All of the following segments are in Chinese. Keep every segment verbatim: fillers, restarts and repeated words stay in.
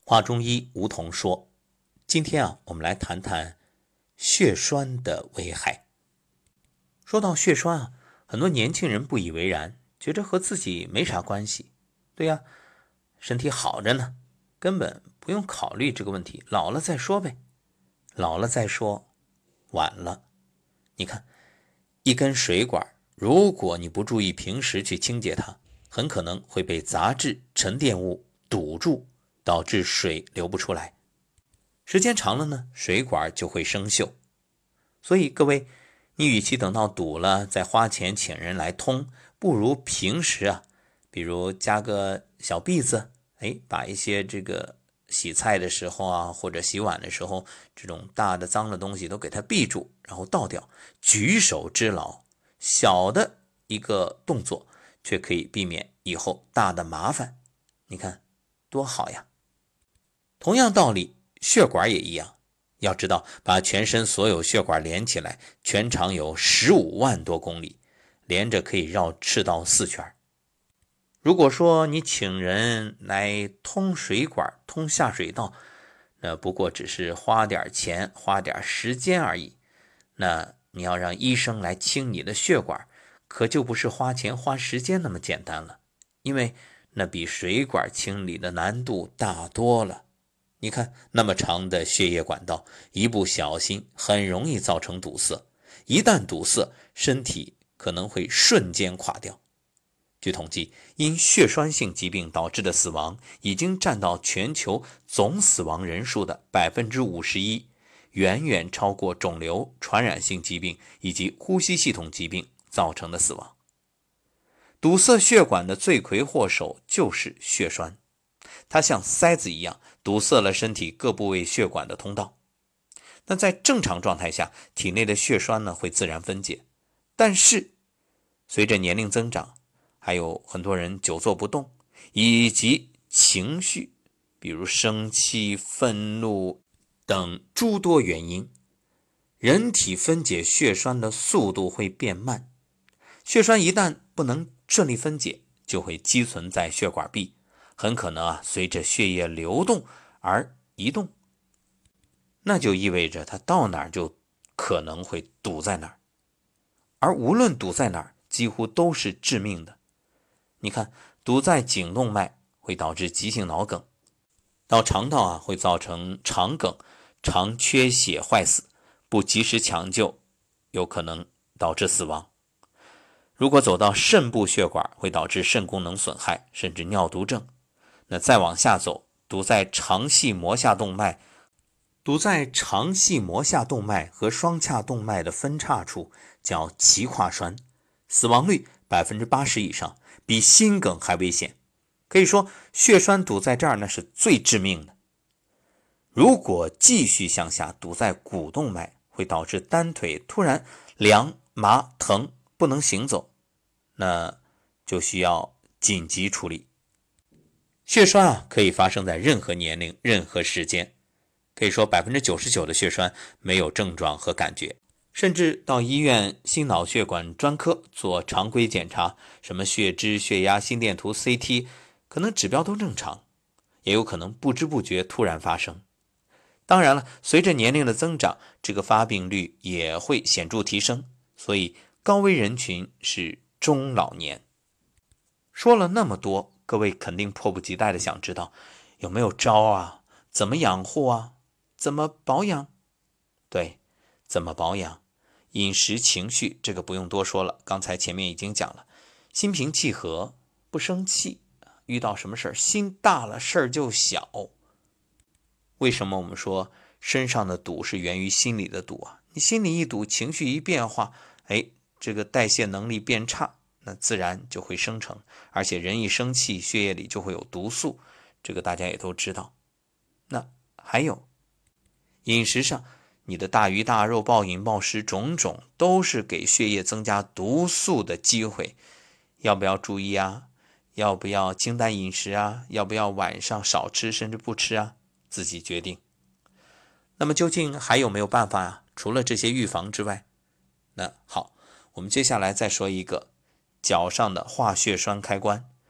华中医吴桐说，今天啊，我们来谈谈血栓的危害。说到血栓啊，很多年轻人不以为然，觉得和自己没啥关系。对呀，身体好着呢，根本不用考虑这个问题，老了再说呗。老了再说，晚了。你看，一根水管，如果你不注意平时去清洁它，很可能会被杂质、沉淀物堵住，导致水流不出来。时间长了呢，水管就会生锈。所以各位，你与其等到堵了再花钱请人来通，不如平时啊，比如加个小篦子，哎，把一些这个洗菜的时候啊，或者洗碗的时候，这种大的脏的东西都给它闭住，然后倒掉，举手之劳，小的一个动作，却可以避免以后大的麻烦。你看多好呀！同样道理，血管也一样。要知道，把全身所有血管连起来，全长有十五万多公里，连着可以绕赤道四圈。如果说你请人来通水管、通下水道，那不过只是花点钱、花点时间而已。那你要让医生来清你的血管，可就不是花钱花时间那么简单了，因为那比水管清理的难度大多了。你看，那么长的血液管道，一不小心很容易造成堵塞，一旦堵塞，身体可能会瞬间垮掉。据统计，因血栓性疾病导致的死亡已经占到全球总死亡人数的 百分之五十一， 远远超过肿瘤、传染性疾病以及呼吸系统疾病造成的死亡。堵塞血管的罪魁祸首就是血栓，它像塞子一样堵塞了身体各部位血管的通道。那在正常状态下，体内的血栓呢会自然分解，但是随着年龄增长，还有很多人久坐不动，以及情绪，比如生气、愤怒等诸多原因，人体分解血栓的速度会变慢。血栓一旦不能顺利分解，就会积存在血管壁，很可能啊随着血液流动而移动。那就意味着它到哪儿就可能会堵在哪儿，而无论堵在哪儿，几乎都是致命的。你看，堵在颈动脉会导致急性脑梗，到肠道啊会造成肠梗、肠缺血坏死，不及时抢救有可能导致死亡。如果走到肾部血管，会导致肾功能损害，甚至尿毒症。那再往下走，堵在肠系膜下动脉，堵在肠系膜下动脉和双髂动脉的分叉处叫脐跨栓，死亡率 百分之八十 以上，比心梗还危险。可以说血栓堵在这儿那是最致命的。如果继续向下堵在股动脉，会导致单腿突然凉、麻、疼，不能行走，那就需要紧急处理。血栓啊，可以发生在任何年龄、任何时间。可以说 百分之九十九 的血栓没有症状和感觉，甚至到医院心脑血管专科做常规检查，什么血脂、血压、心电图、C T， 可能指标都正常，也有可能不知不觉突然发生。当然了，随着年龄的增长，这个发病率也会显著提升，所以高危人群是中老年。说了那么多，各位肯定迫不及待的想知道有没有招啊？怎么养护啊？怎么保养？对，怎么保养？饮食、情绪，这个不用多说了，刚才前面已经讲了。心平气和，不生气，遇到什么事儿，心大了事儿就小。为什么我们说身上的堵是源于心里的堵啊？你心里一堵，情绪一变化，哎，这个代谢能力变差，那自然就会生成，而且人一生气，血液里就会有毒素，这个大家也都知道。那还有饮食上，你的大鱼大肉、暴饮暴食，种种都是给血液增加毒素的机会。要不要注意啊？要不要清淡饮食啊？要不要晚上少吃甚至不吃啊？自己决定。那么究竟还有没有办法啊？除了这些预防之外，那好，我们接下来再说一个脚上的化血栓开关。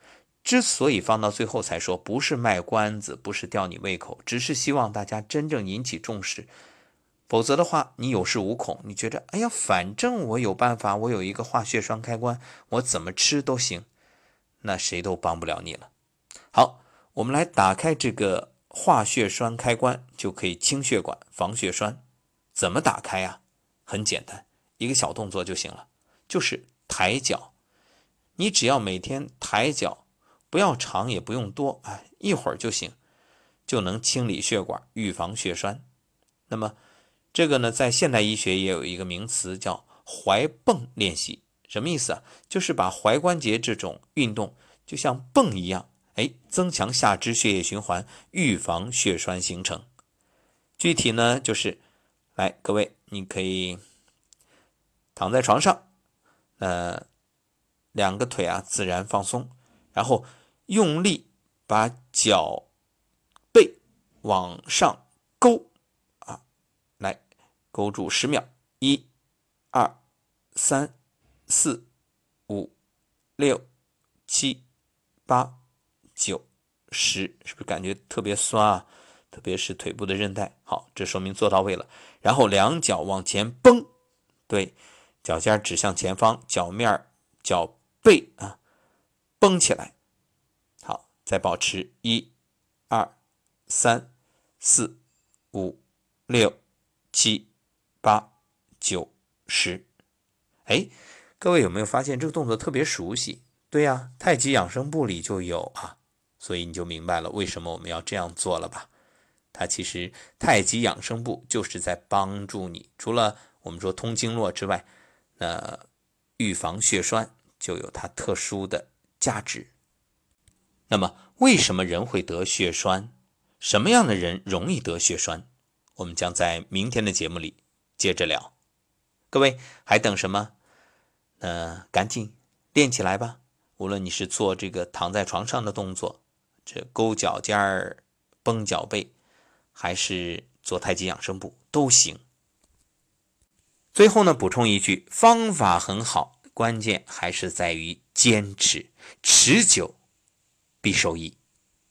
之所以放到最后才说，不是卖关子，不是吊你胃口，只是希望大家真正引起重视。否则的话，你有恃无恐，你觉得哎呀，反正我有办法，我有一个化血栓开关，我怎么吃都行，那谁都帮不了你了。好，我们来打开这个化血栓开关，就可以清血管、防血栓。怎么打开呀？很简单，一个小动作就行了，就是抬脚。你只要每天抬脚，不要长也不用多，哎，一会儿就行，就能清理血管，预防血栓。那么这个呢，在现代医学也有一个名词叫踝泵练习。什么意思啊？就是把踝关节这种运动就像泵一样，哎，增强下肢血液循环，预防血栓形成。具体呢，就是来，各位，你可以躺在床上，呃，两个腿啊自然放松，然后用力把脚背往上勾啊，来勾住十秒，一、二、三、四、五、六、七、八、九、十，是不是感觉特别酸啊？特别是腿部的韧带。好，这说明做到位了。然后两脚往前绷，对，脚尖指向前方，脚面、脚背啊绷起来。好，再保持一、二、三、四、五、六、七、八、九、十。哎，各位有没有发现这个动作特别熟悉？对呀，太极养生部里就有啊，所以你就明白了为什么我们要这样做了吧？它其实太极养生部就是在帮助你，除了我们说通经络之外，那预防血栓就有它特殊的价值。那么为什么人会得血栓？什么样的人容易得血栓？我们将在明天的节目里接着聊。各位还等什么？呃，赶紧练起来吧。无论你是做这个躺在床上的动作，这勾脚尖儿、绷脚背，还是做太极养生步都行。最后呢，补充一句，方法很好，关键还是在于坚持，持久必受益。